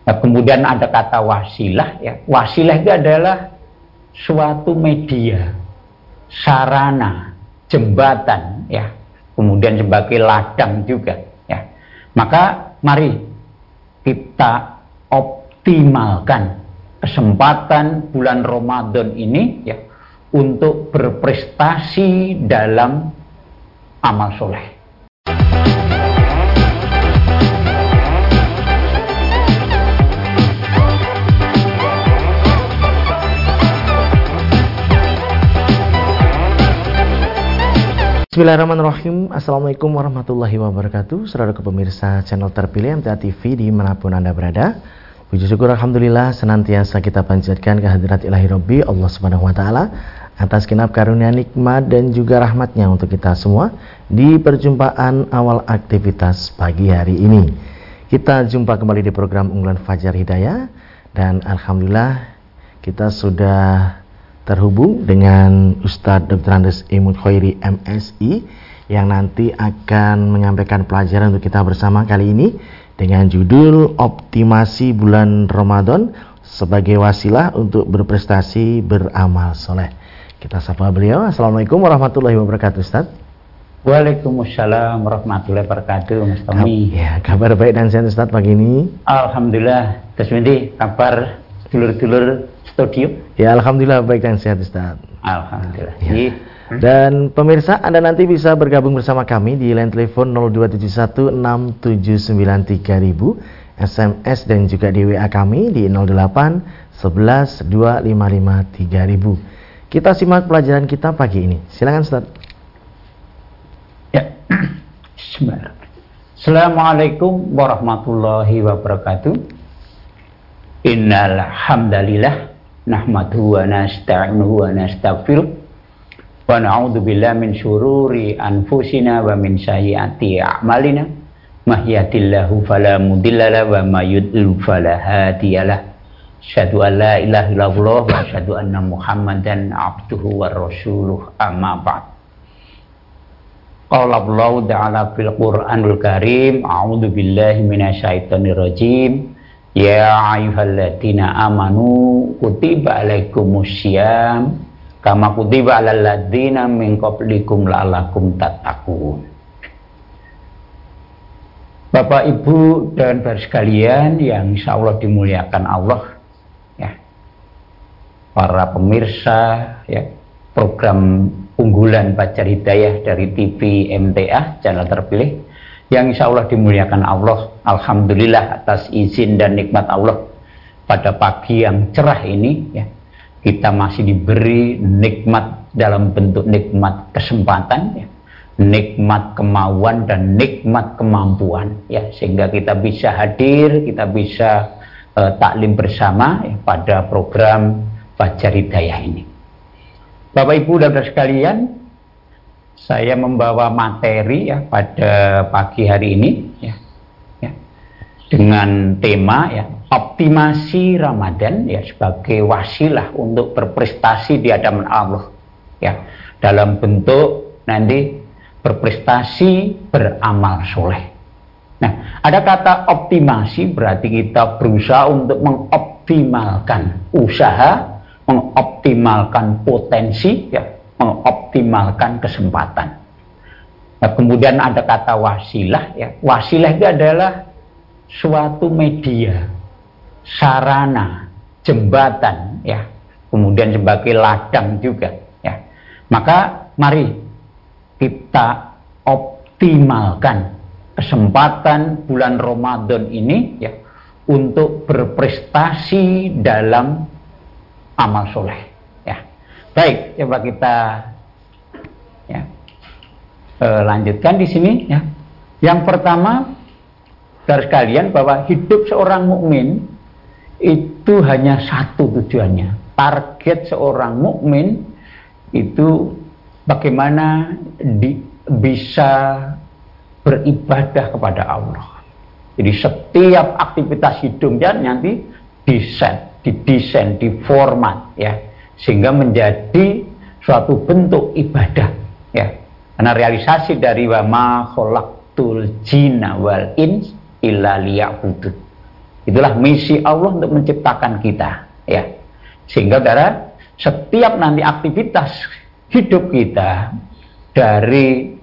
Nah, kemudian ada kata wasilah, ya. Wasilah itu adalah suatu media, sarana, jembatan, ya. Kemudian sebagai ladang juga, ya. Maka mari kita optimalkan kesempatan bulan Ramadan ini, ya, untuk berprestasi dalam amal soleh. Bismillahirrahmanirrahim. Assalamualaikum warahmatullahi wabarakatuh. Saudara pemirsa channel terpilih MTA TV dimanapun Anda berada, puji syukur alhamdulillah senantiasa kita panjatkan kehadirat ilahi Rabbi Allah Subhanahu wa taala atas genap karunia nikmat dan juga rahmatnya untuk kita semua di perjumpaan awal aktivitas pagi hari ini. Kita jumpa kembali di program unggulan Fajar Hidayah dan alhamdulillah kita sudah terhubung dengan Ustadz Dr. Andes Imut Khoiri MSI yang nanti akan menyampaikan pelajaran untuk kita bersama kali ini dengan judul Optimasi Bulan Ramadan sebagai wasilah untuk berprestasi beramal soleh. Kita sapa beliau. Assalamualaikum warahmatullahi wabarakatuh, Ustadz. Waalaikumsalam warahmatullahi wabarakatuh, Mas Tommy. Ya, kabar baik dan sehat Ustadz pagi ini? Alhamdulillah. Terus nanti kabar dulur-dulur studio? Ya, alhamdulillah baik dan sehat Ustaz. Alhamdulillah. Ya. Dan pemirsa, Anda nanti bisa bergabung bersama kami di line telepon 02716793000, SMS dan juga di WA kami di 08 11 255 3000. Kita simak pelajaran kita pagi ini. Silakan Ustaz. Ya. Assalamualaikum warahmatullahi wabarakatuh. Innal hamdalillah nahmaduhu wa nasta'inuhu wa nastaghfiruh wa na'udzu billahi min syururi anfusina wa min sayyiati a'malina may yahdihillahu fala mudhillalah wa may yudlil fala hadiyalah. Asyhadu an la ilaha illallah wa asyhadu anna Muhammadan abduhu wa rasuluh, amma ba'd. Qala Allah ta'ala fil Qur'anil Karim, a'udzu billahi minasyaitonir rajim. Ya ayyuhalladzina amanu kutiba alaikumussyiyam kama kutiba alal ladzina min qablikum la'allakum tattaqun. Bapak, Ibu, dan saudara sekalian yang insyaallah dimuliakan Allah, ya. Para pemirsa, ya, program unggulan Fajar Hidayah dari TV MTA channel terpilih yang insya Allah dimuliakan Allah. Alhamdulillah atas izin dan nikmat Allah pada pagi yang cerah ini, ya, kita masih diberi nikmat dalam bentuk nikmat kesempatan, ya, nikmat kemauan dan nikmat kemampuan, ya, sehingga kita bisa hadir, kita bisa taklim bersama, ya, pada program Fajar Hidayah ini. Bapak Ibu dan saudara sekalian, saya membawa materi, ya, pada pagi hari ini, ya, dengan tema, ya, optimasi Ramadan, ya, sebagai wasilah untuk berprestasi di hadapan Allah, ya, dalam bentuk nanti berprestasi beramal soleh. Nah, ada kata optimasi berarti kita berusaha untuk mengoptimalkan usaha, mengoptimalkan potensi, ya, mengoptimalkan kesempatan. Nah, kemudian ada kata wasilah, ya. Wasilah itu adalah suatu media, sarana, jembatan, ya. Kemudian sebagai ladang juga, ya. Maka mari kita optimalkan kesempatan bulan Ramadan ini, ya, untuk berprestasi dalam amal soleh. Baik, coba kita, ya, lanjutkan di sini, ya. Yang pertama, saudara sekalian, bahwa hidup seorang mukmin itu hanya satu tujuannya. Target seorang mukmin itu bagaimana bisa beribadah kepada Allah. Jadi setiap aktivitas hidupnya nanti didesain, diformat, ya, sehingga menjadi suatu bentuk ibadah, ya. Karena realisasi dari wa ma khalaqtul jinna wal ins illa liya'budun. Itulah misi Allah untuk menciptakan kita, ya. Sehingga saudara, setiap nanti aktivitas hidup kita dari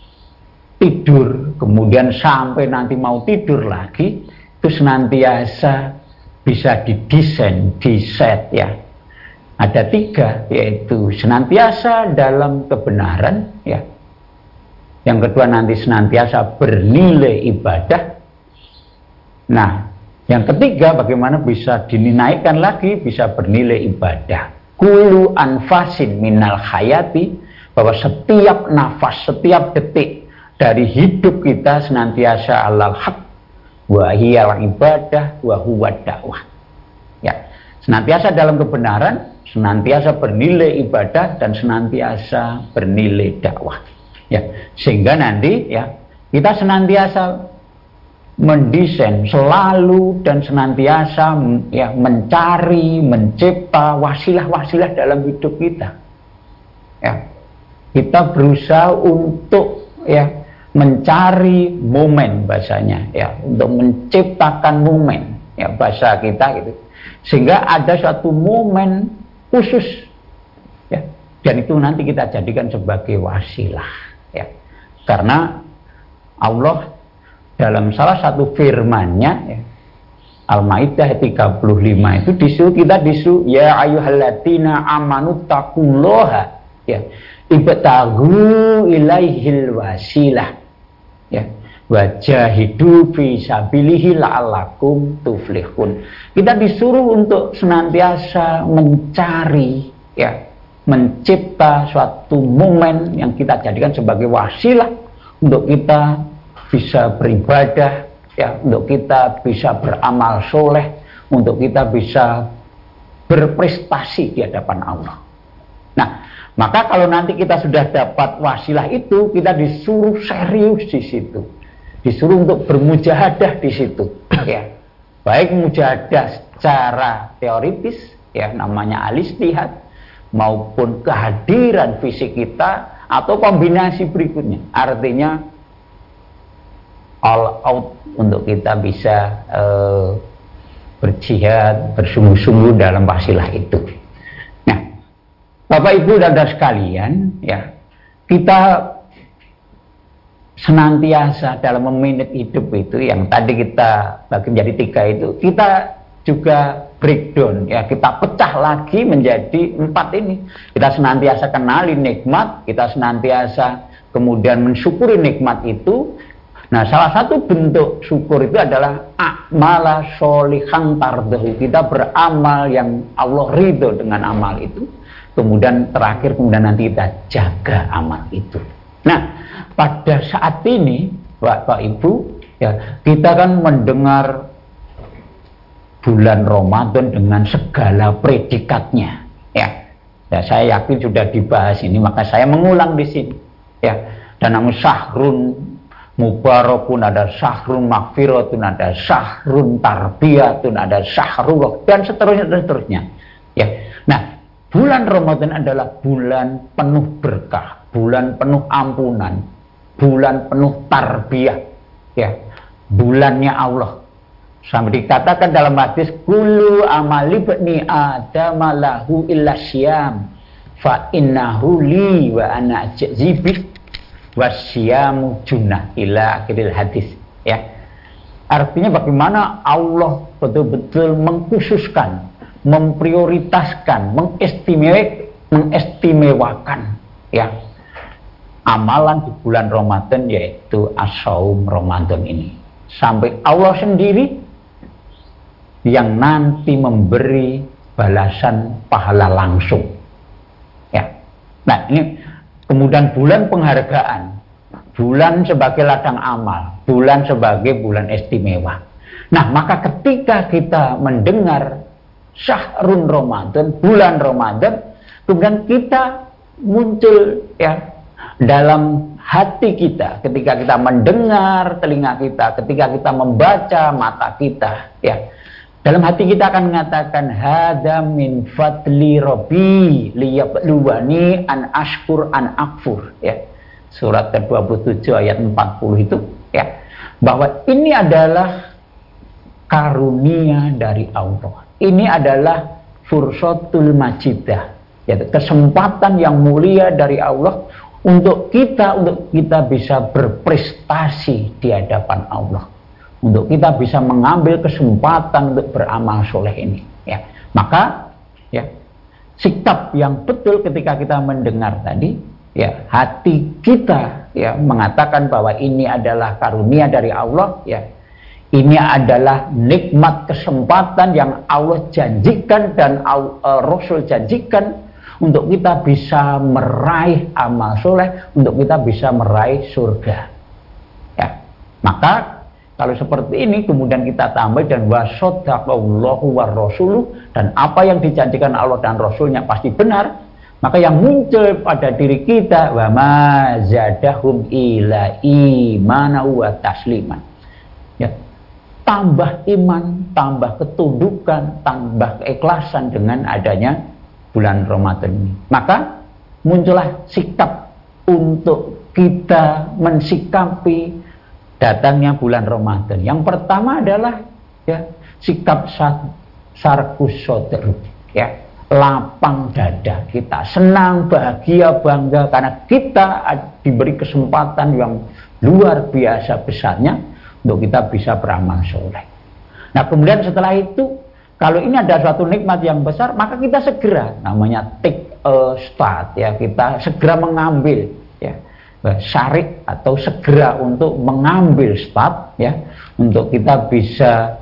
tidur kemudian sampai nanti mau tidur lagi itu senantiasa bisa didesain, diset, ya. Ada 3, yaitu senantiasa dalam kebenaran, ya. Yang kedua nanti senantiasa bernilai ibadah. Nah, yang ketiga bagaimana bisa dinaikkan lagi, bisa bernilai ibadah. Kullu anfasin minal hayati, bahwa setiap nafas, setiap detik dari hidup kita senantiasa alal haq wa hiyal ibadah wa huwa dakwah. Ya, senantiasa dalam kebenaran, senantiasa bernilai ibadah dan senantiasa bernilai dakwah. Ya, sehingga nanti ya kita senantiasa mendesain selalu dan senantiasa ya mencari, mencipta wasilah-wasilah dalam hidup kita. Ya. Kita berusaha untuk ya mencari momen bahasanya, ya, untuk menciptakan momen, ya, bahasa kita gitu. Sehingga ada suatu momen khusus, ya, dan itu nanti kita jadikan sebagai wasilah, ya. Karena Allah dalam salah satu firman-Nya, ya, Al-Maidah 35 itu disuruh ya ayyuhalladzina amanu taqullaha, ya, ibtaghu ilaihil wasilah, ya, wajahidu fi sabilihi la'allakum tuflihun. Kita disuruh untuk senantiasa mencari, ya, mencipta suatu momen yang kita jadikan sebagai wasilah untuk kita bisa beribadah, ya, untuk kita bisa beramal soleh, untuk kita bisa berprestasi di hadapan Allah. Nah, maka kalau nanti kita sudah dapat wasilah itu, kita disuruh serius di situ, disuruh untuk bermujahadah di situ, ya, baik mujahadah secara teoritis, ya, namanya al-istihad, maupun kehadiran fisik kita, atau kombinasi berikutnya, artinya all out untuk kita bisa berjihad, bersungguh-sungguh dalam wasilah itu. Nah, Bapak Ibu dan saudara sekalian, ya, kita senantiasa dalam memanage hidup itu, yang tadi kita bagi menjadi 3 itu, kita juga breakdown, ya, kita pecah lagi menjadi 4 ini. Kita senantiasa kenali nikmat, kita senantiasa kemudian mensyukuri nikmat itu. Nah, salah satu bentuk syukur itu adalah a'mala sholihan tardahu. Kita beramal yang Allah ridho dengan amal itu. Kemudian terakhir, kemudian nanti kita jaga amal itu. Nah, pada saat ini, Bapak Ibu, ya, kita kan mendengar bulan Ramadan dengan segala predikatnya. Ya, ya, saya yakin sudah dibahas ini, maka saya mengulang di sini. Ya, dan namun syahrun mubarakun, ada syahrun maghfiratun, ada syahrun tarbiyatun, ada syahrullah, dan seterusnya. Ya. Nah, bulan Ramadan adalah bulan penuh berkah, bulan penuh ampunan, bulan penuh tarbiyah, ya, bulannya Allah. Sampai dikatakan dalam hadis, kullu amali bani adam lahu illa syam fa innahu li wa ana ajzibih wasyamu junnah ila akhiril hadis, ya. Artinya bagaimana Allah betul-betul mengkhususkan, memprioritaskan, mengistimewakan, ya, amalan di bulan Ramadan, yaitu as-shaum Ramadan ini. Sampai Allah sendiri yang nanti memberi balasan pahala langsung, ya. Nah, ini kemudian bulan penghargaan, bulan sebagai ladang amal, bulan sebagai bulan istimewa. Nah, maka ketika kita mendengar syahrun Ramadan, bulan Ramadan, kemudian kita muncul, ya, dalam hati kita, ketika kita mendengar telinga kita, ketika kita membaca mata kita, ya, dalam hati kita akan mengatakan hadza min fadli rabbi liyabluwani an ashkur an akfur, ya. Surat ke-27 ayat 40 itu, ya, bahwa ini adalah karunia dari Allah. Ini adalah fursatul majidah, yaitu kesempatan yang mulia dari Allah untuk kita bisa berprestasi di hadapan Allah, untuk kita bisa mengambil kesempatan untuk beramal soleh ini. Ya, maka ya sikap yang betul ketika kita mendengar tadi, ya hati kita ya mengatakan bahwa ini adalah karunia dari Allah, ya ini adalah nikmat kesempatan yang Allah janjikan dan Rasul janjikan untuk kita bisa meraih amal soleh, untuk kita bisa meraih surga. Ya, maka kalau seperti ini kemudian kita tambah dan wasadaqallahu warrasuluh, dan apa yang dijanjikan Allah dan Rasulnya pasti benar, maka yang muncul pada diri kita wa ma zadahum ila imana wa tasliman. Ya, tambah iman, tambah ketundukan, tambah keikhlasan dengan adanya bulan Ramadan ini. Maka muncullah sikap untuk kita mensikapi datangnya bulan Ramadan. Yang pertama adalah ya sikap sarkus sodr, ya lapang dada, kita senang, bahagia, bangga karena kita diberi kesempatan yang luar biasa besarnya untuk kita bisa beramal soleh. Nah kemudian setelah itu, kalau ini ada suatu nikmat yang besar, maka kita segera, namanya take a start, ya kita segera mengambil, ya syarik atau segera untuk mengambil start, ya untuk kita bisa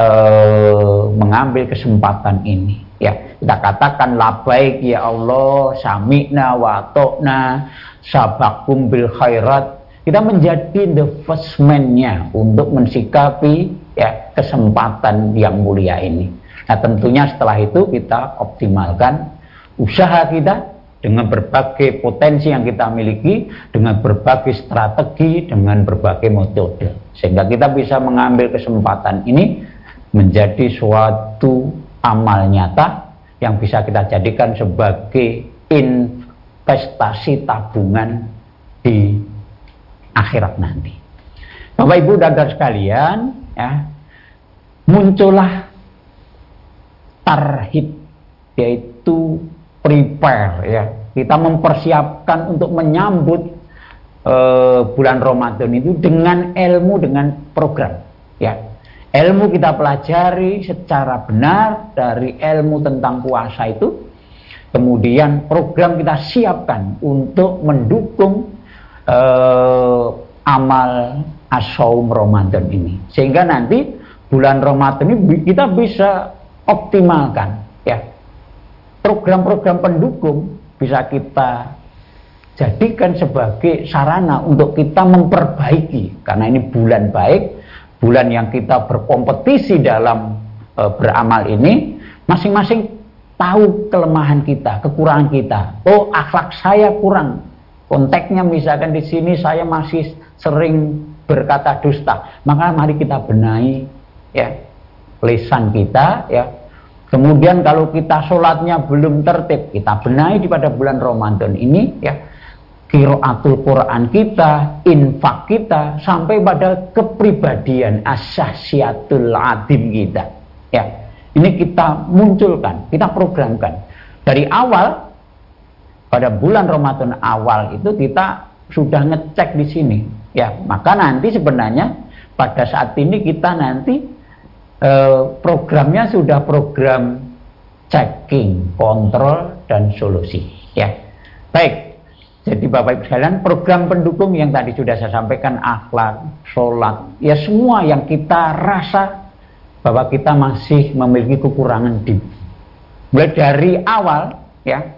mengambil kesempatan ini. Ya kita katakan labaik ya Allah, sami'na wa ta'na, sabakum bil khairat. Kita menjadi the first man-nya untuk mensikapi ya kesempatan yang mulia ini. Nah tentunya setelah itu kita optimalkan usaha kita dengan berbagai potensi yang kita miliki, dengan berbagai strategi, dengan berbagai metode, sehingga kita bisa mengambil kesempatan ini menjadi suatu amal nyata yang bisa kita jadikan sebagai investasi tabungan di akhirat nanti. Bapak Ibu dan saudara sekalian, ya, muncullah tarhib, yaitu prepare, ya kita mempersiapkan untuk menyambut bulan Ramadan itu dengan ilmu, dengan program, ya ilmu kita pelajari secara benar dari ilmu tentang puasa itu, kemudian program kita siapkan untuk mendukung amal as-shaum Ramadan ini, sehingga nanti bulan Ramadan ini kita bisa optimalkan, ya program-program pendukung bisa kita jadikan sebagai sarana untuk kita memperbaiki, karena ini bulan baik, bulan yang kita berkompetisi dalam beramal ini, masing-masing tahu kelemahan kita, kekurangan kita. Oh, akhlak saya kurang. Konteksnya misalkan di sini saya masih sering berkata dusta, maka mari kita benahi ya lisan kita, ya. Kemudian kalau kita sholatnya belum tertib, kita benahi pada bulan Ramadan ini, ya. Qiraatul Quran kita, infak kita, sampai pada kepribadian asyasiatul adim kita, ya. Ini kita munculkan, kita programkan dari awal. Pada bulan Ramadan awal itu kita sudah ngecek di sini, ya. Maka nanti sebenarnya pada saat ini kita nanti programnya sudah program checking, kontrol, dan solusi, ya. Baik, jadi Bapak Ibu sekalian, program pendukung yang tadi sudah saya sampaikan, akhlak, sholat, ya semua yang kita rasa bahwa kita masih memiliki kekurangan mulai dari awal, ya.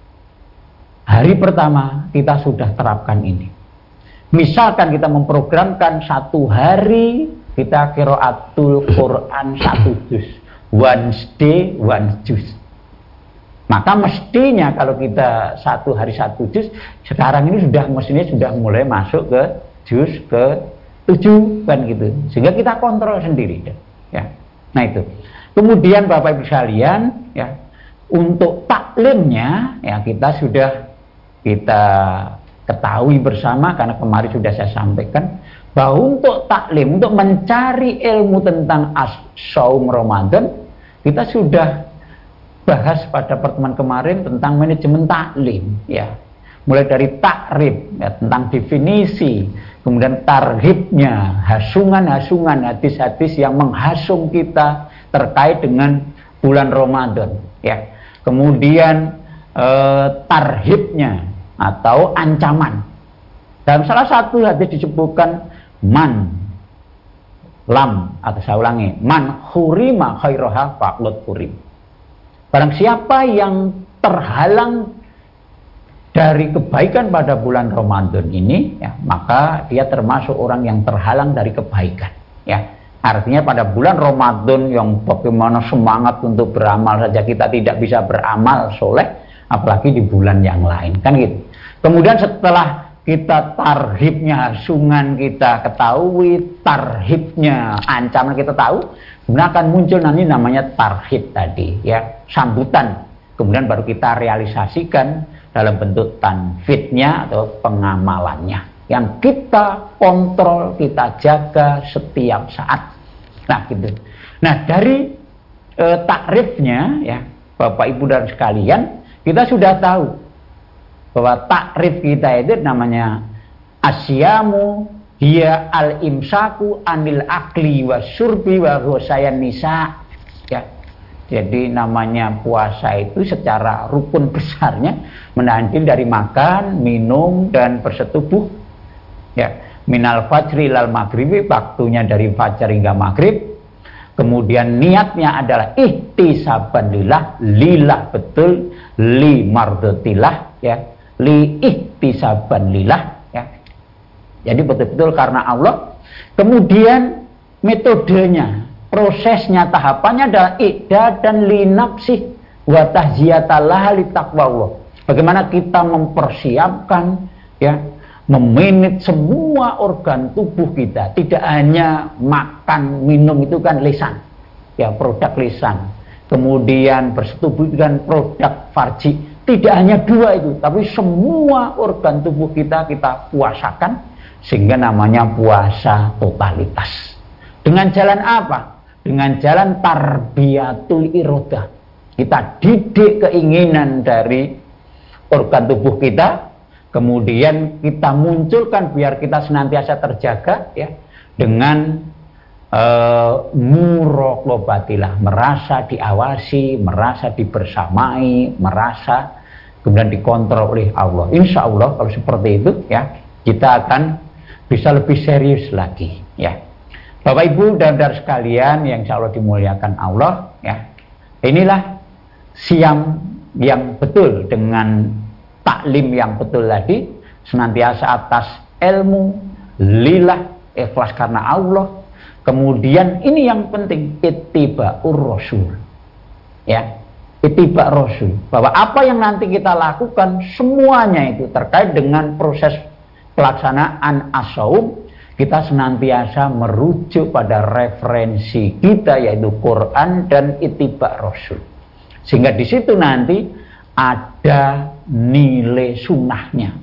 Hari pertama kita sudah terapkan ini. Misalkan kita memprogramkan satu hari kita qiraatul Quran 1 juz, one day one juz. Maka mestinya kalau kita satu hari 1 juz, sekarang ini mestinya sudah mulai masuk ke juz ke 7 kan gitu. Sehingga kita kontrol sendiri, ya. Nah itu. Kemudian Bapak Ibu sekalian, ya, untuk taklimnya ya kita ketahui bersama, karena kemarin sudah saya sampaikan bahwa untuk taklim, untuk mencari ilmu tentang saum Ramadan, kita sudah bahas pada pertemuan kemarin tentang manajemen taklim, ya. Mulai dari takrib, ya, tentang definisi, kemudian tarhibnya, hasungan-hasungan hadis-hadis yang menghasung kita terkait dengan bulan Ramadan, ya. Kemudian tarhibnya atau ancaman. Dalam salah satu hadis disebutkan man atau saya ulangi, man hurima khairaha faqad hurim. Barang siapa yang terhalang dari kebaikan pada bulan Ramadan ini, ya, maka dia termasuk orang yang terhalang dari kebaikan, ya. Artinya pada bulan Ramadan yang bagaimana semangat untuk beramal saja kita tidak bisa beramal soleh, apalagi di bulan yang lain, kan gitu. Kemudian setelah kita tarhibnya, hasungan kita ketahui, tarhibnya, ancaman kita tahu, kemudian akan muncul nanti namanya tarhib tadi, ya, sambutan. Kemudian baru kita realisasikan dalam bentuk tanfidnya atau pengamalannya, yang kita kontrol, kita jaga setiap saat. Nah, gitu. Nah, dari takrifnya, ya, Bapak Ibu dan sekalian, kita sudah tahu bahwa takrif kita itu namanya asyamu hiya al-imsaku anil akli wa syurbi wa ghosayan nisa, ya. Jadi namanya puasa itu secara rukun besarnya menahan diri dari makan, minum, dan bersetubuh, ya, minal fajri lal maghribi, waktunya dari fajar hingga maghrib. Kemudian niatnya adalah ihtisaban lillah betul, li mardotillah, ya, li ihtisaban lillah, ya. Jadi betul-betul karena Allah. Kemudian metodenya, prosesnya, tahapannya adalah i'dad dan li nafsih wa tahziyatallaha li taqwallah. Bagaimana kita mempersiapkan, ya, memanage semua organ tubuh kita, tidak hanya makan minum itu kan lisan, ya, produk lisan. Kemudian bersetubuh itu kan produk farji. Tidak hanya dua itu, tapi semua organ tubuh kita puasakan, sehingga namanya puasa totalitas. Dengan jalan apa? Dengan jalan tarbiyatul irodah. Kita didik keinginan dari organ tubuh kita, kemudian kita munculkan biar kita senantiasa terjaga, ya, dengan muraqabatillah, merasa diawasi, merasa dibersamai, merasa kemudian dikontrol oleh Allah. Insya Allah kalau seperti itu, ya, kita akan bisa lebih serius lagi, ya. Bapak Ibu dan saudara sekalian yang insya Allah dimuliakan Allah, ya, inilah siam yang betul dengan taklim yang betul tadi, senantiasa atas ilmu, lillah, ikhlas karena Allah. Kemudian ini yang penting, ittiba'ur rasul, ya, ittiba' rasul, bahwa apa yang nanti kita lakukan semuanya itu terkait dengan proses pelaksanaan as-saum, kita senantiasa merujuk pada referensi kita yaitu Quran dan ittiba' rasul, sehingga di situ nanti ada nilai sunnahnya,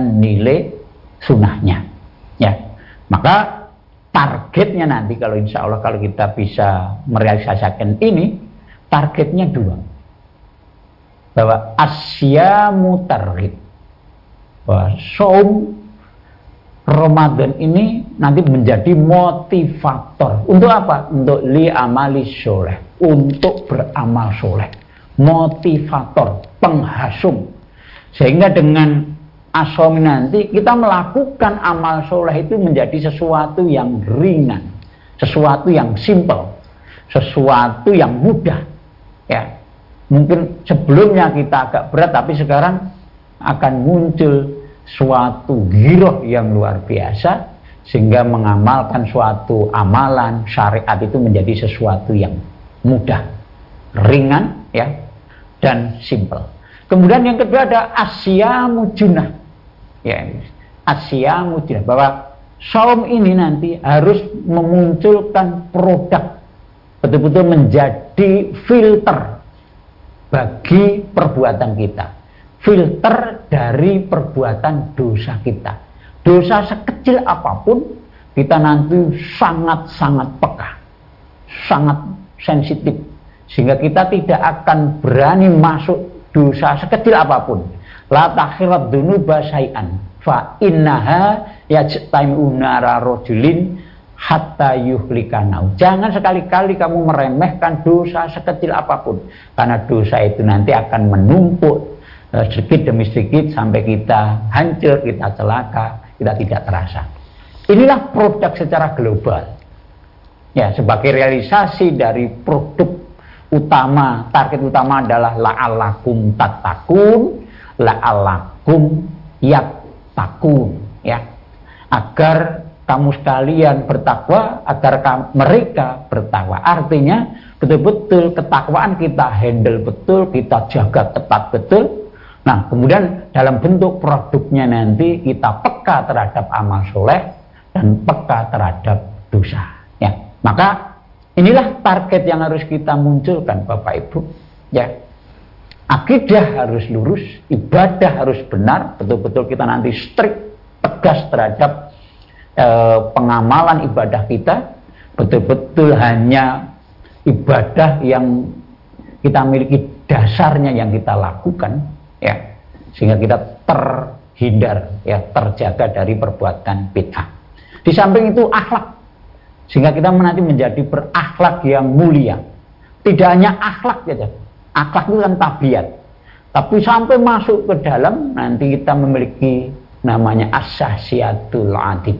ya. Maka targetnya nanti kalau insya Allah kalau kita bisa merealisasikan ini, targetnya dua, bahwa asyamu targhib, bahwa saum Ramadan ini nanti menjadi motivator untuk apa? Untuk li amali sholeh, untuk beramal soleh, motivator, penghasung, sehingga dengan as-saum nanti kita melakukan amal soleh itu menjadi sesuatu yang ringan, sesuatu yang simpel, sesuatu yang mudah, ya. Mungkin sebelumnya kita agak berat, tapi sekarang akan muncul suatu giroh yang luar biasa, sehingga mengamalkan suatu amalan syariat itu menjadi sesuatu yang mudah, ringan, ya, dan simpel. Kemudian yang kedua ada asyamu junnah, ya, asyamu junnah, bahwa saum ini nanti harus memunculkan produk, betul-betul menjadi filter bagi perbuatan kita, filter dari perbuatan dosa kita. Dosa sekecil apapun, kita nanti sangat-sangat peka, sangat sensitif, sehingga kita tidak akan berani masuk dosa sekecil apapun. La takhirat dunuba syai'an fa innaha yajtami'u nara rajulin hatta yuhlikanau. Jangan sekali-kali kamu meremehkan dosa sekecil apapun, karena dosa itu nanti akan menumpuk sedikit demi sedikit sampai kita hancur, kita celaka, kita tidak terasa. Inilah produk secara global. Ya, sebagai realisasi dari produk utama, target utama adalah la'allakum tattaqun, la'allakum yattaqun, ya. Agar kamu sekalian bertakwa, agar mereka bertakwa. Artinya betul-betul ketakwaan kita handle betul, kita jaga ketat betul. Nah, kemudian dalam bentuk produknya nanti kita peka terhadap amal soleh dan peka terhadap dosa, ya. Maka inilah target yang harus kita munculkan, Bapak Ibu, ya. Akidah harus lurus, ibadah harus benar, betul-betul kita nanti strict, tegas terhadap pengamalan ibadah kita, betul-betul hanya ibadah yang kita miliki dasarnya yang kita lakukan, ya, sehingga kita terhindar, ya, terjaga dari perbuatan bid'ah. Di samping itu akhlak, sehingga kita nanti menjadi berakhlak yang mulia. Tidak hanya akhlak saja, akhlak itu kan tabiat, tapi sampai masuk ke dalam nanti kita memiliki namanya as-sahsiyatul adib,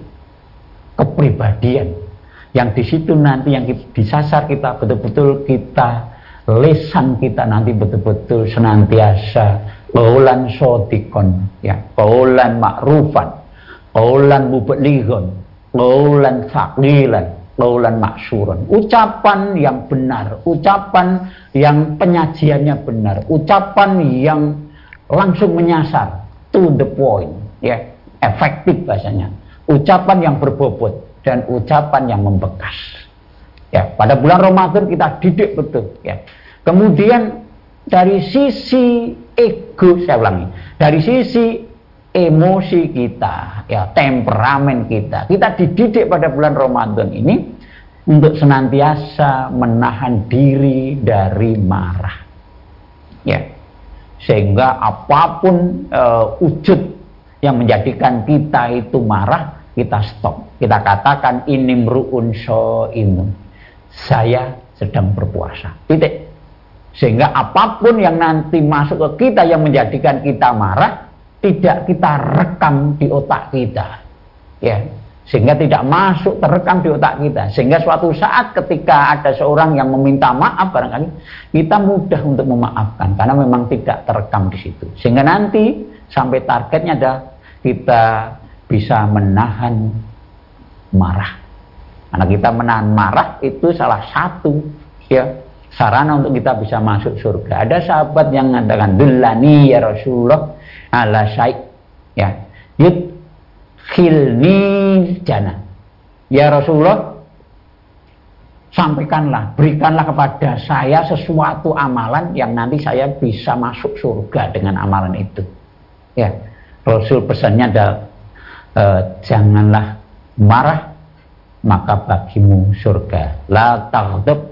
kepribadian, yang di situ nanti yang disasar kita betul-betul kita, lisan kita nanti betul-betul senantiasa qaulan shadiqan, ya, qaulan ma'rufan, qaulan mublighun, qaulan thaqilan, qaulan maksyuran. Ucapan yang benar, ucapan yang penyajiannya benar, ucapan yang langsung menyasar, to the point, ya, efektif bahasanya. Ucapan yang berbobot dan ucapan yang membekas. Ya, pada bulan Ramadan kita didik betul, ya. Kemudian dari sisi ego, saya ulangi, dari sisi emosi kita, ya, temperamen kita dididik pada bulan Ramadan ini untuk senantiasa menahan diri dari marah, ya, sehingga apapun wujud yang menjadikan kita itu marah, kita stop, kita katakan inimru'un shaimun, saya sedang berpuasa, titik. Sehingga apapun yang nanti masuk ke kita yang menjadikan kita marah, tidak kita rekam di otak kita, ya, sehingga tidak masuk terekam di otak kita, sehingga suatu saat ketika ada seorang yang meminta maaf barangkali kita mudah untuk memaafkan karena memang tidak terekam di situ, sehingga nanti sampai targetnya adalah kita bisa menahan marah. Karena kita menahan marah itu salah satu, ya, sarana untuk kita bisa masuk surga. Ada sahabat yang mengatakan, "Dullani ya Rasulullah ala syai', ya, yudkhilni jannah." Ya Rasulullah, sampaikanlah, berikanlah kepada saya sesuatu amalan yang nanti saya bisa masuk surga dengan amalan itu. Ya, Rasul pesannya adalah janganlah marah, maka bagimu surga. La taghdab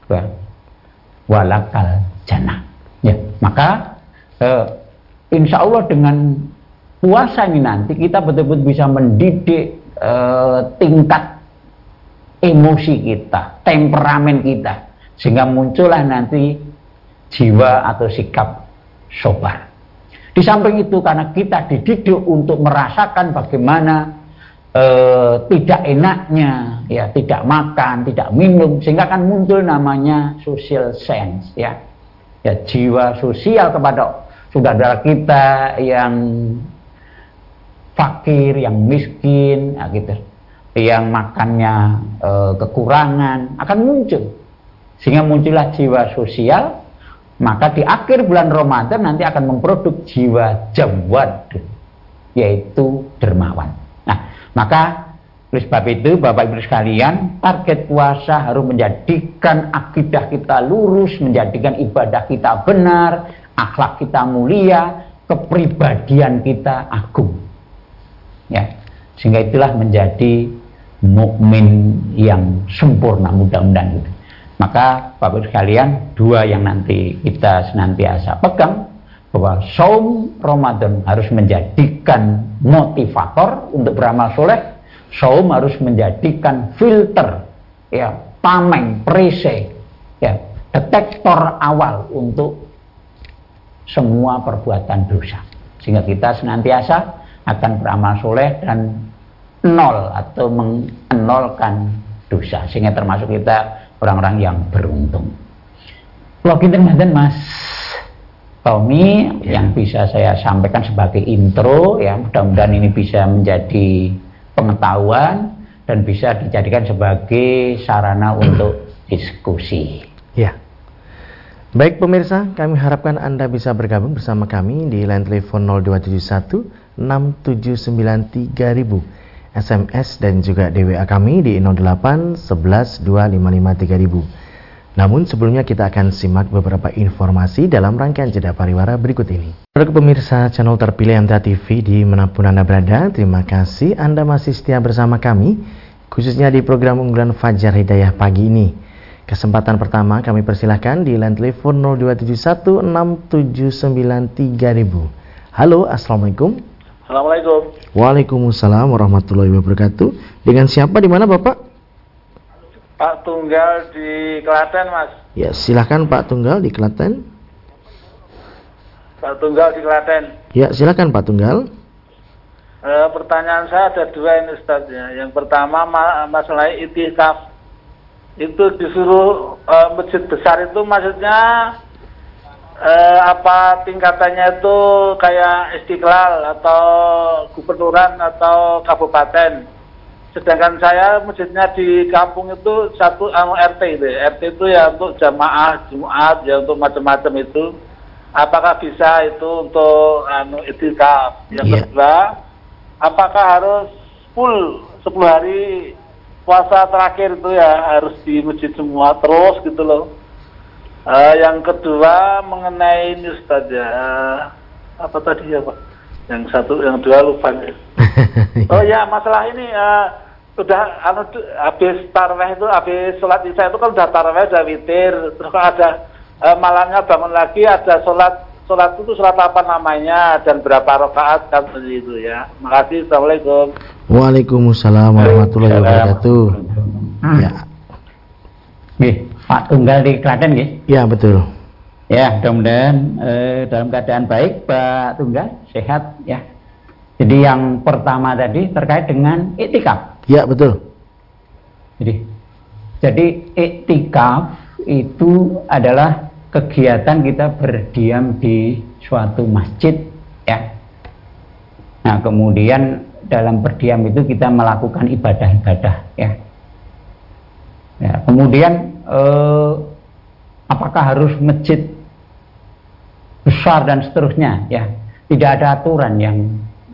walakal jannah. Ya, maka insya Allah dengan puasa ini nanti kita betul-betul bisa mendidik tingkat emosi kita, temperamen kita, sehingga muncullah nanti jiwa atau sikap sabar. Di samping itu karena kita dididik untuk merasakan bagaimana tidak enaknya, ya, tidak makan, tidak minum, sehingga akan muncul namanya social sense, ya, ya, jiwa sosial kepada saudara kita yang fakir, yang miskin, ya, gitu, yang makannya kekurangan akan muncul, sehingga muncullah jiwa sosial. Maka di akhir bulan Ramadan nanti akan memproduk jiwa jawad, yaitu dermawan. Nah, maka oleh sebab itu Bapak Ibu sekalian, target puasa harus menjadikan akidah kita lurus, menjadikan ibadah kita benar, akhlak kita mulia, kepribadian kita agung, ya, sehingga itulah menjadi mukmin yang sempurna mudah-mudahan gitu. Maka Bapak Ibu sekalian, dua yang nanti kita senantiasa pegang, bahwa saum Ramadan harus menjadikan motivator untuk beramal soleh, saum harus menjadikan filter, ya, tameng, perisai, ya, detektor awal untuk semua perbuatan dosa, sehingga kita senantiasa akan beramal soleh dan nol atau menolkan dosa, sehingga termasuk kita orang-orang yang beruntung. Login Ramadan Mas Tommy yang bisa saya sampaikan sebagai intro, ya, mudah-mudahan ini bisa menjadi pengetahuan dan bisa dijadikan sebagai sarana untuk diskusi. Ya. Baik pemirsa, kami harapkan Anda bisa bergabung bersama kami di line telepon 0271 679 3000, SMS dan juga DWA kami di 08 11 255 3000. Namun sebelumnya kita akan simak beberapa informasi dalam rangkaian jeda pariwara berikut ini. Para pemirsa channel terpilih MTA TV di manapun Anda berada, terima kasih Anda masih setia bersama kami, khususnya di program unggulan Fajar Hidayah pagi ini. Kesempatan pertama kami persilahkan di line telepon 0271 679 3000. Halo, Assalamualaikum. Assalamualaikum. Waalaikumsalam warahmatullahi wabarakatuh. Dengan siapa, di mana Bapak? Pak Tunggal di Klaten, Mas. Ya, silahkan Pak Tunggal di Klaten. Pak Tunggal di Klaten. Ya, silahkan Pak Tunggal. Pertanyaan saya ada dua ini, Ustaz, ya. Yang pertama masalah itikaf. Itu disuruh masjid besar itu maksudnya apa tingkatannya itu kayak Istiqlal atau gubernuran atau kabupaten. Sedangkan saya masjidnya di kampung itu satu RT itu. RT itu ya untuk jamaah Jumat, ya untuk macam-macam itu. Apakah bisa itu untuk itikaf? Yang kedua, apakah harus full 10 hari puasa terakhir itu ya harus di masjid semua terus gitu loh. Yang kedua mengenai ini Ustaz ya, apa tadi ya Pak? Yang dua lupa. Oh ya, masalah ini udah habis tarawih itu, habis sholat isya itu kan udah tarawih, udah witir, terus kan ada malamnya bangun lagi ada sholat itu sholat apa namanya dan berapa rakaat kan itu ya. Makasih. Assalamualaikum. Waalaikumsalam warahmatullahi wabarakatuh. Ya. Pak Tunggal di Klaten nggih? Ya, betul. Ya, mudah-mudahan dalam keadaan baik Pak Tunggal, sehat ya. Jadi yang pertama tadi terkait dengan iktikaf. Ya, betul. Jadi iktikaf itu adalah kegiatan kita berdiam di suatu masjid ya. Nah, kemudian dalam berdiam itu kita melakukan ibadah-ibadah ya. Ya, kemudian apakah harus masjid besar dan seterusnya ya? Tidak ada aturan yang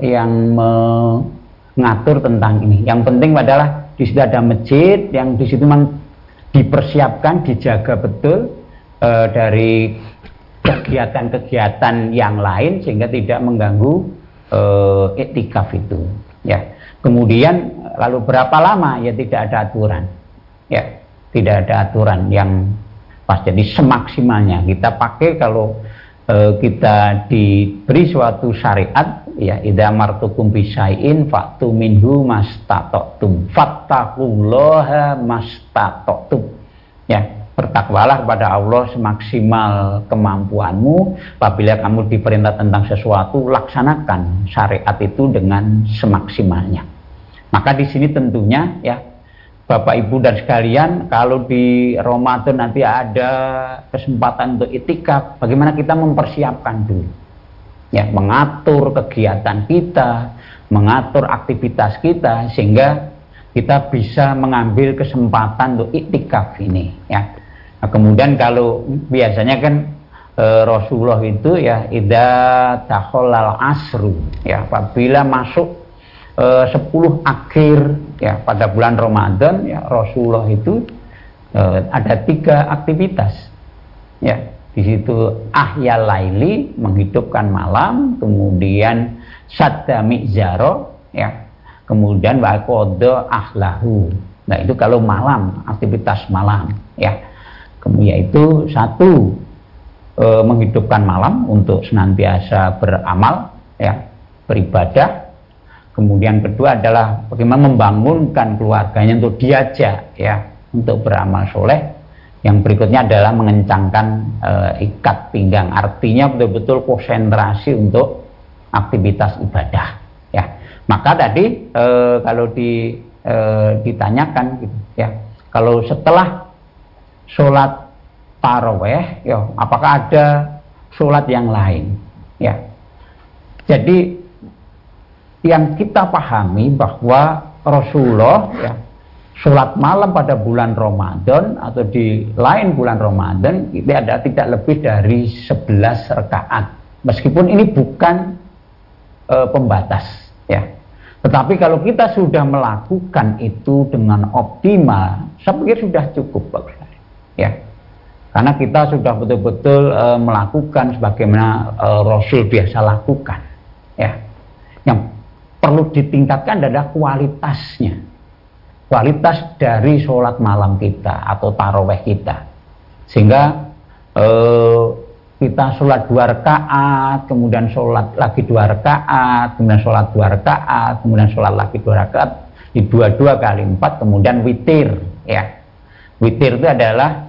mengatur tentang ini. Yang penting adalah di situ ada masjid yang di situ memang dipersiapkan, dijaga betul dari kegiatan-kegiatan yang lain sehingga tidak mengganggu iktikaf itu. Ya. Kemudian lalu berapa lama? Ya tidak ada aturan. Ya, tidak ada aturan yang pas. Jadi semaksimalnya kita pakai kalau kita diberi suatu syariat ya, idza martukum bisyai'in fa'tu minhu mastata'tum fattaqullaha mastata'tum ya, bertakwalah kepada Allah semaksimal kemampuanmu. Apabila kamu diperintah tentang sesuatu, laksanakan syariat itu dengan semaksimalnya. Maka di sini tentunya ya Bapak Ibu dan sekalian, kalau di Ramadan nanti ada kesempatan untuk iktikaf, bagaimana kita mempersiapkan dulu ya, mengatur kegiatan kita, mengatur aktivitas kita sehingga kita bisa mengambil kesempatan untuk iktikaf ini ya. Nah, kemudian kalau biasanya kan Rasulullah itu ya idza dakhalal asru ya, apabila masuk 10 akhir ya pada bulan Ramadan ya, Rasulullah itu ada 3 aktivitas ya. Di situ ahyal laili, menghidupkan malam, kemudian sadda mizaro ya, Kemudian wa qadha ahlahu. Nah, itu kalau malam, aktivitas malam ya. Kemudian itu satu, menghidupkan malam untuk senantiasa beramal ya, beribadah. Kemudian kedua adalah bagaimana membangunkan keluarganya untuk diajak ya untuk beramal soleh. Yang berikutnya adalah mengencangkan ikat pinggang, artinya betul-betul konsentrasi untuk aktivitas ibadah ya. Maka tadi kalau ditanyakan gitu ya, kalau setelah sholat taraweh ya, apakah ada sholat yang lain ya. Jadi yang kita pahami bahwa Rasulullah ya, sholat malam pada bulan Ramadan atau di lain bulan Ramadan itu ada tidak lebih dari 11 rakaat. Meskipun ini bukan pembatas ya. Tetapi kalau kita sudah melakukan itu dengan optimal, saya pikir sudah cukup bagus ya. Karena kita sudah betul-betul melakukan sebagaimana Rasul biasa lakukan ya. Yang perlu ditingkatkan adalah kualitasnya. Kualitas dari sholat malam kita atau taraweh kita, sehingga kita sholat 2 rakaat, kemudian sholat lagi 2 rakaat, kemudian sholat 2 rakaat, kemudian sholat lagi 2 rakaat, di 22 kali 4, kemudian witir ya. Witir itu adalah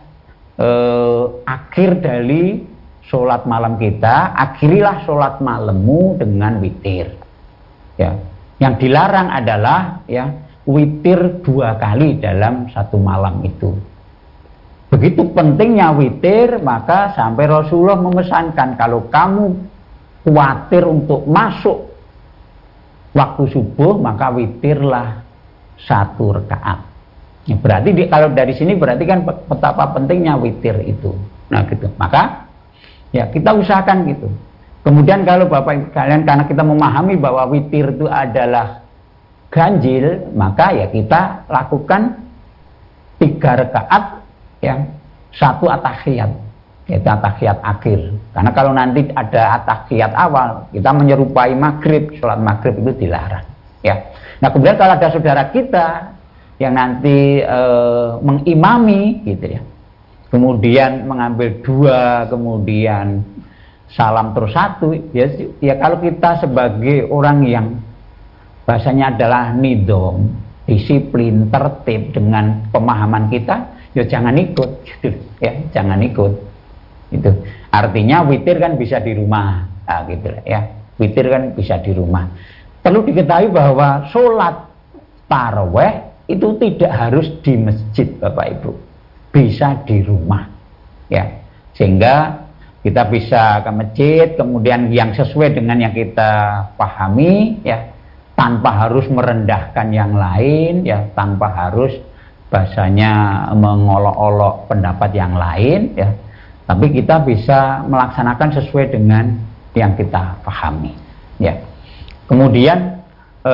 akhir dari sholat malam kita. Akhirilah sholat malammu dengan witir ya. Yang dilarang adalah ya witir 2 kali dalam satu malam itu. Begitu pentingnya witir, maka sampai Rasulullah memesankan kalau kamu khawatir untuk masuk waktu subuh, maka witirlah 1 rakaat. Ya, berarti kalau dari sini berarti kan betapa pentingnya witir itu. Nah gitu. Maka ya kita usahakan gitu. Kemudian kalau Bapak Ibu kalian, karena kita memahami bahwa witir itu adalah ganjil, maka ya kita lakukan 3 rakaat yang 1 at-tahiyat, yaitu at-tahiyat akhir. Karena kalau nanti ada at-tahiyat awal, kita menyerupai maghrib, sholat maghrib itu dilarang ya. Nah kemudian kalau ada saudara kita yang nanti mengimami gitu ya, kemudian mengambil 2, kemudian salam terus 1 ya kalau kita sebagai orang yang bahasanya adalah nidom, disiplin, tertib dengan pemahaman kita, ya jangan ikut gitu ya, jangan ikut. Itu artinya witir kan bisa di rumah, nah, gitu ya. Witir kan bisa di rumah. Perlu diketahui bahwa sholat taraweh itu tidak harus di masjid, Bapak Ibu, bisa di rumah ya, sehingga kita bisa ke masjid, kemudian yang sesuai dengan yang kita pahami ya, tanpa harus merendahkan yang lain ya, tanpa harus bahasanya mengolok-olok pendapat yang lain ya, tapi kita bisa melaksanakan sesuai dengan yang kita pahami ya. Kemudian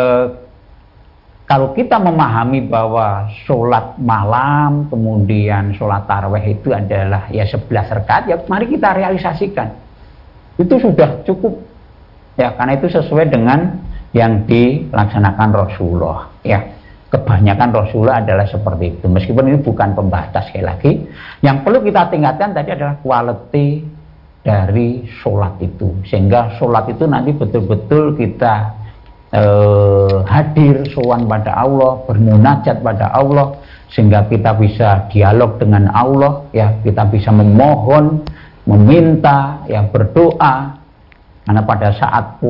kalau kita memahami bahwa sholat malam kemudian sholat taraweh itu adalah ya 11 rakaat, ya mari kita realisasikan. Itu sudah cukup ya, karena itu sesuai dengan yang dilaksanakan Rasulullah ya. Kebanyakan Rasulullah adalah seperti itu. Meskipun ini bukan pembatas, sekali lagi yang perlu kita tingkatkan tadi adalah quality dari sholat itu, sehingga sholat itu nanti betul-betul kita hadir sowan pada Allah, bermunajat pada Allah, sehingga kita bisa dialog dengan Allah ya, kita bisa memohon, meminta ya, berdoa. Karena pada saat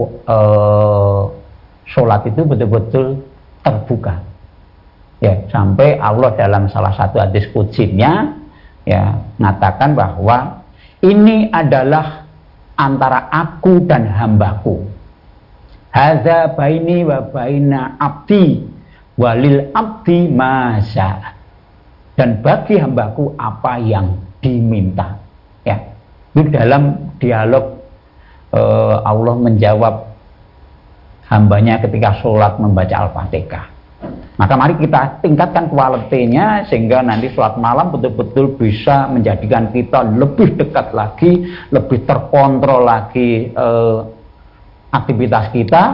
sholat itu betul-betul terbuka ya, sampai Allah dalam salah satu hadis qudsiynya ya mengatakan bahwa ini adalah antara aku dan hambaku, hadza baini wa baina abdi walil abdi masya, dan bagi hambaku apa yang diminta ya. Itu dalam dialog Allah menjawab hambanya ketika sholat membaca Al-Fatihah. Maka mari kita tingkatkan kualitinya, sehingga nanti sholat malam betul-betul bisa menjadikan kita lebih dekat lagi, lebih terkontrol lagi aktivitas kita,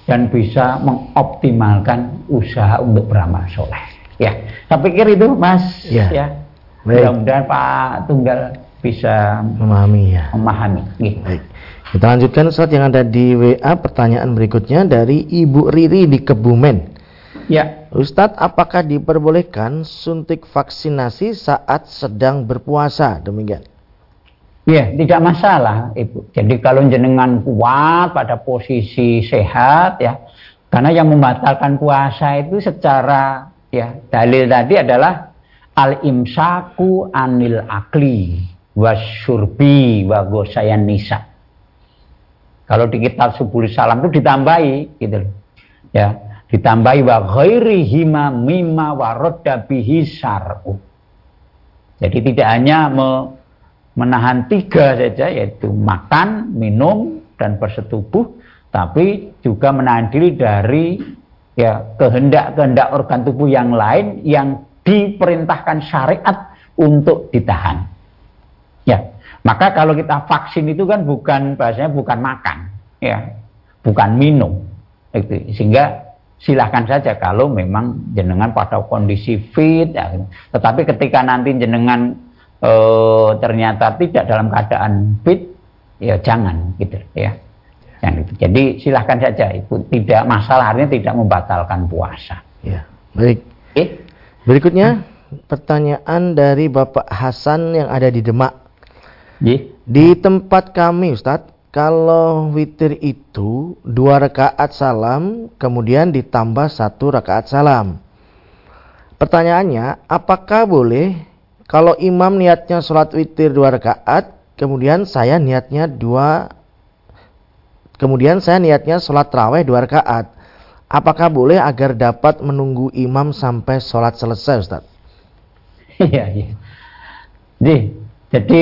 dan bisa mengoptimalkan usaha untuk beramal soleh. Ya, saya pikir itu Mas. Ya. Mudah-mudahan Pak Tunggal bisa memahami. Gitu. Baik. Kita lanjutkan Ustaz yang ada di WA. Pertanyaan berikutnya dari Ibu Riri di Kebumen. Ya. Ustadz, apakah diperbolehkan suntik vaksinasi saat sedang berpuasa? Demikian. Ya, tidak masalah, Ibu. Jadi kalau jenengan kuat pada posisi sehat, ya, karena yang membatalkan puasa itu secara, ya, dalil tadi adalah al-imsaku anil akli wasyurbi wa gosayan nisa. Kalau di kitab Subul Salam itu ditambahi, gitu loh. Ya, ditambahi wa ghairihima mimma waradda bihi syar'u. Jadi tidak hanya menahan 3 saja, yaitu makan, minum, dan bersetubuh, tapi juga menahan diri dari, ya, kehendak-kehendak organ tubuh yang lain yang diperintahkan syariat untuk ditahan. Ya, maka kalau kita vaksin itu kan bahasanya bukan makan, ya, bukan minum, itu. Sehingga silahkan saja kalau memang jenengan pada kondisi fit, ya. Tetapi ketika nanti jenengan ternyata tidak dalam keadaan fit, ya jangan, gitu, ya. Jangan, gitu. Jadi silahkan saja, itu tidak masalah, artinya tidak membatalkan puasa. Ya, baik. Berikutnya pertanyaan dari Bapak Hasan yang ada di Demak. Di tempat kami Ustadz, kalau witir itu 2 rakaat salam kemudian ditambah 1 rakaat salam. Pertanyaannya, apakah boleh kalau imam niatnya sholat witir 2 rakaat, kemudian saya niatnya sholat tarawih 2 rakaat. Apakah boleh agar dapat menunggu imam sampai sholat selesai, Ustaz? Iya. Jadi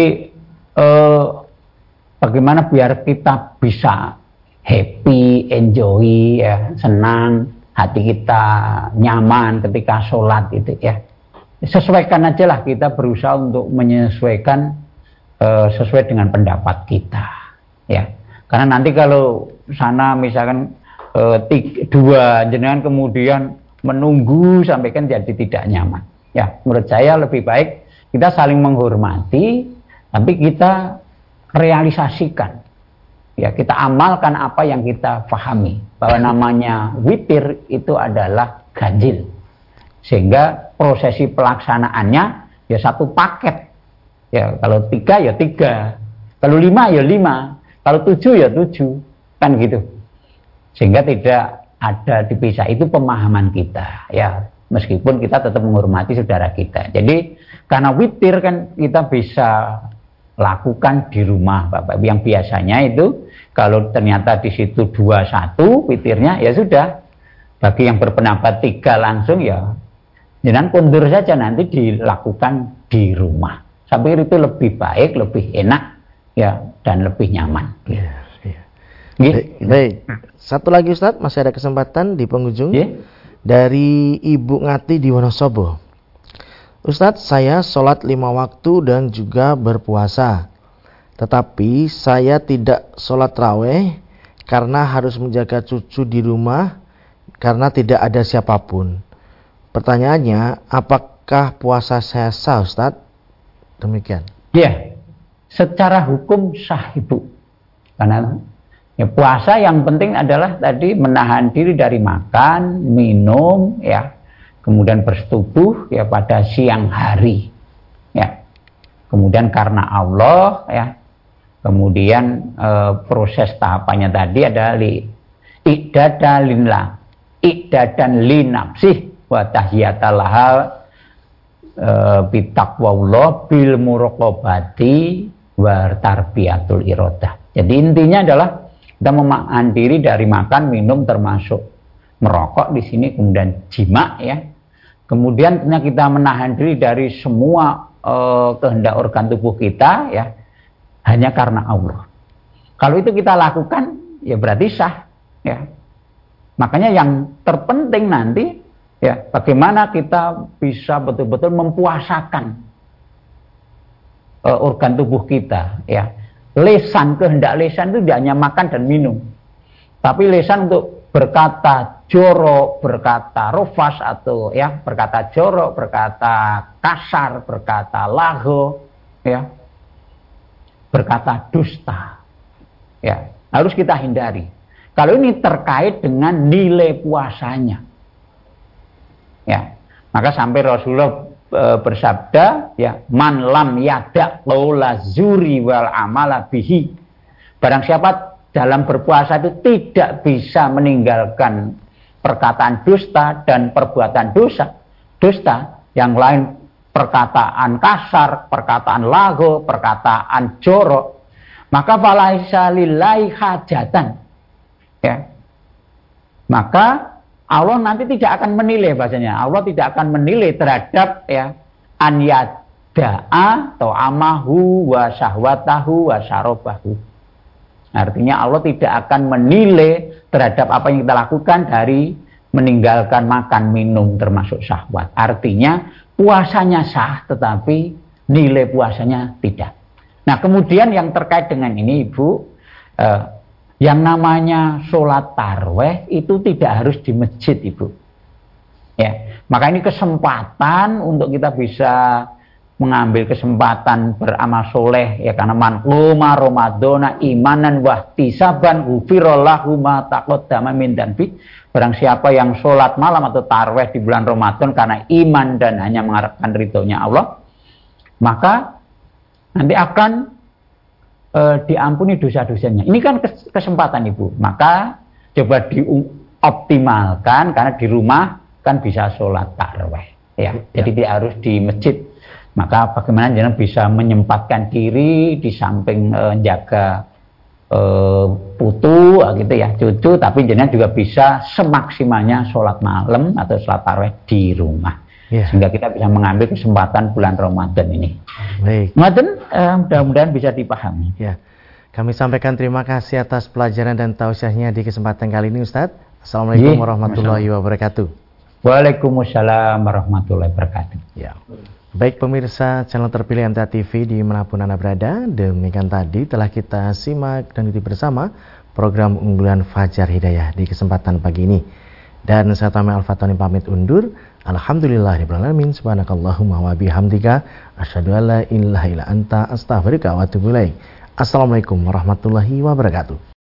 bagaimana biar kita bisa happy, enjoy, ya, senang, hati kita nyaman ketika sholat itu, ya. Sesuaikan aja lah, kita berusaha untuk menyesuaikan sesuai dengan pendapat kita, ya. Karena nanti kalau sana misalkan 2 jenengan kemudian menunggu sampai kan jadi tidak nyaman. Ya, menurut saya lebih baik kita saling menghormati, tapi kita realisasikan. Ya, kita amalkan apa yang kita pahami, bahwa namanya witir itu adalah ganjil. Sehingga prosesi pelaksanaannya ya satu paket. Ya, kalau 3 ya 3, kalau 5 ya 5, kalau 7 ya 7, kan gitu. Sehingga tidak ada dipisah, itu pemahaman kita, ya. Meskipun kita tetap menghormati saudara kita. Jadi karena witir kan kita bisa lakukan di rumah, Bapak. Yang biasanya itu kalau ternyata di situ 21 witirnya, ya sudah. Bagi yang berpendapat 3 langsung, ya jangan kondur saja, nanti dilakukan di rumah. Sampai itu lebih baik, lebih enak, ya, dan lebih nyaman. Baik. Satu lagi Ustadz, masih ada kesempatan di penghujung. Dari Ibu Ngati di Wonosobo. Ustadz, saya sholat 5 waktu dan juga berpuasa. Tetapi saya tidak sholat raweh karena harus menjaga cucu di rumah karena tidak ada siapapun. Pertanyaannya, apakah puasa saya sah, Ustadz? Demikian. Iya, secara hukum sah, Ibu. Karena ya, puasa yang penting adalah tadi menahan diri dari makan, minum, ya, kemudian bersetubuh, ya, pada siang hari, ya. Kemudian karena Allah, ya. Kemudian proses tahapannya tadi adalah i'dadan linafsih wa tahiyatalaha bitaqwallah bil muraqabati wa tarbiyatul iradah. Jadi intinya adalah kita menahan diri dari makan, minum, termasuk merokok di sini, kemudian jima, ya. Kemudian kita menahan diri dari semua kehendak organ tubuh kita, ya, hanya karena Allah. Kalau itu kita lakukan, ya berarti sah, ya. Makanya yang terpenting nanti, ya, bagaimana kita bisa betul-betul mempuasakan organ tubuh kita, ya. Lesan, kehendak lesan itu tidak hanya makan dan minum, tapi lesan untuk berkata jorok, berkata rofas atau ya berkata jorok, berkata kasar, berkata lago, ya, berkata dusta, ya harus kita hindari. Kalau ini terkait dengan nilai puasanya, ya maka sampai Rasulullah bersabda, ya man lam yada qaula zuri wal amala bihi. Barang siapa dalam berpuasa itu tidak bisa meninggalkan perkataan dusta dan perbuatan dusta, yang lain perkataan kasar, perkataan lago, perkataan jorok, maka falaisa lillahi hajatan, ya. Maka Allah nanti tidak akan menilai, bahasanya Allah tidak akan menilai terhadap ya an yada'a ta'amahu wa syahwatahu wa syarabahu. Artinya Allah tidak akan menilai terhadap apa yang kita lakukan dari meninggalkan makan minum termasuk syahwat. Artinya puasanya sah tetapi nilai puasanya tidak. Nah kemudian yang terkait dengan ini Ibu, yang namanya sholat tarawih itu tidak harus di masjid Ibu. Ya, maka ini kesempatan untuk kita bisa mengambil kesempatan beramal soleh, ya, karena man qoma ramadhana imanan wahtisaban ghufirallahu ma taqaddama min dzambi. Barang siapa yang sholat malam atau tarawih di bulan Ramadan karena iman dan hanya mengharapkan ridhonya Allah, maka nanti akan diampuni dosa-dosanya. Ini kan kesempatan Ibu. Maka coba dioptimalkan, karena di rumah kan bisa sholat tarawih, ya. Jadi tidak harus di masjid. Maka bagaimana jenengan bisa menyempatkan diri di samping jaga putu gitu ya, cucu, tapi jenengan juga bisa semaksimalnya sholat malam atau sholat tarawih di rumah, sehingga kita bisa mengambil kesempatan bulan Ramadan ini. Baik. Mudah-mudahan bisa dipahami. Ya, kami sampaikan terima kasih atas pelajaran dan tausiahnya di kesempatan kali ini Ustadz. Assalamualaikum warahmatullahi wabarakatuh. Waalaikumsalam warahmatullahi wabarakatuh. Ya. Baik pemirsa channel terpilih MTA TV dimanapun Anda berada, demikian tadi telah kita simak dan ikuti bersama program unggulan Fajar Hidayah di kesempatan pagi ini. Dan saya Tami Al-Fatani pamit undur. Alhamdulillahirrahmanirrahim. Subhanakallahumma wa bihamdika asyhadu an la ilaha illa anta astaghfiruka wa atubu ilaik. Assalamualaikum warahmatullahi wabarakatuh.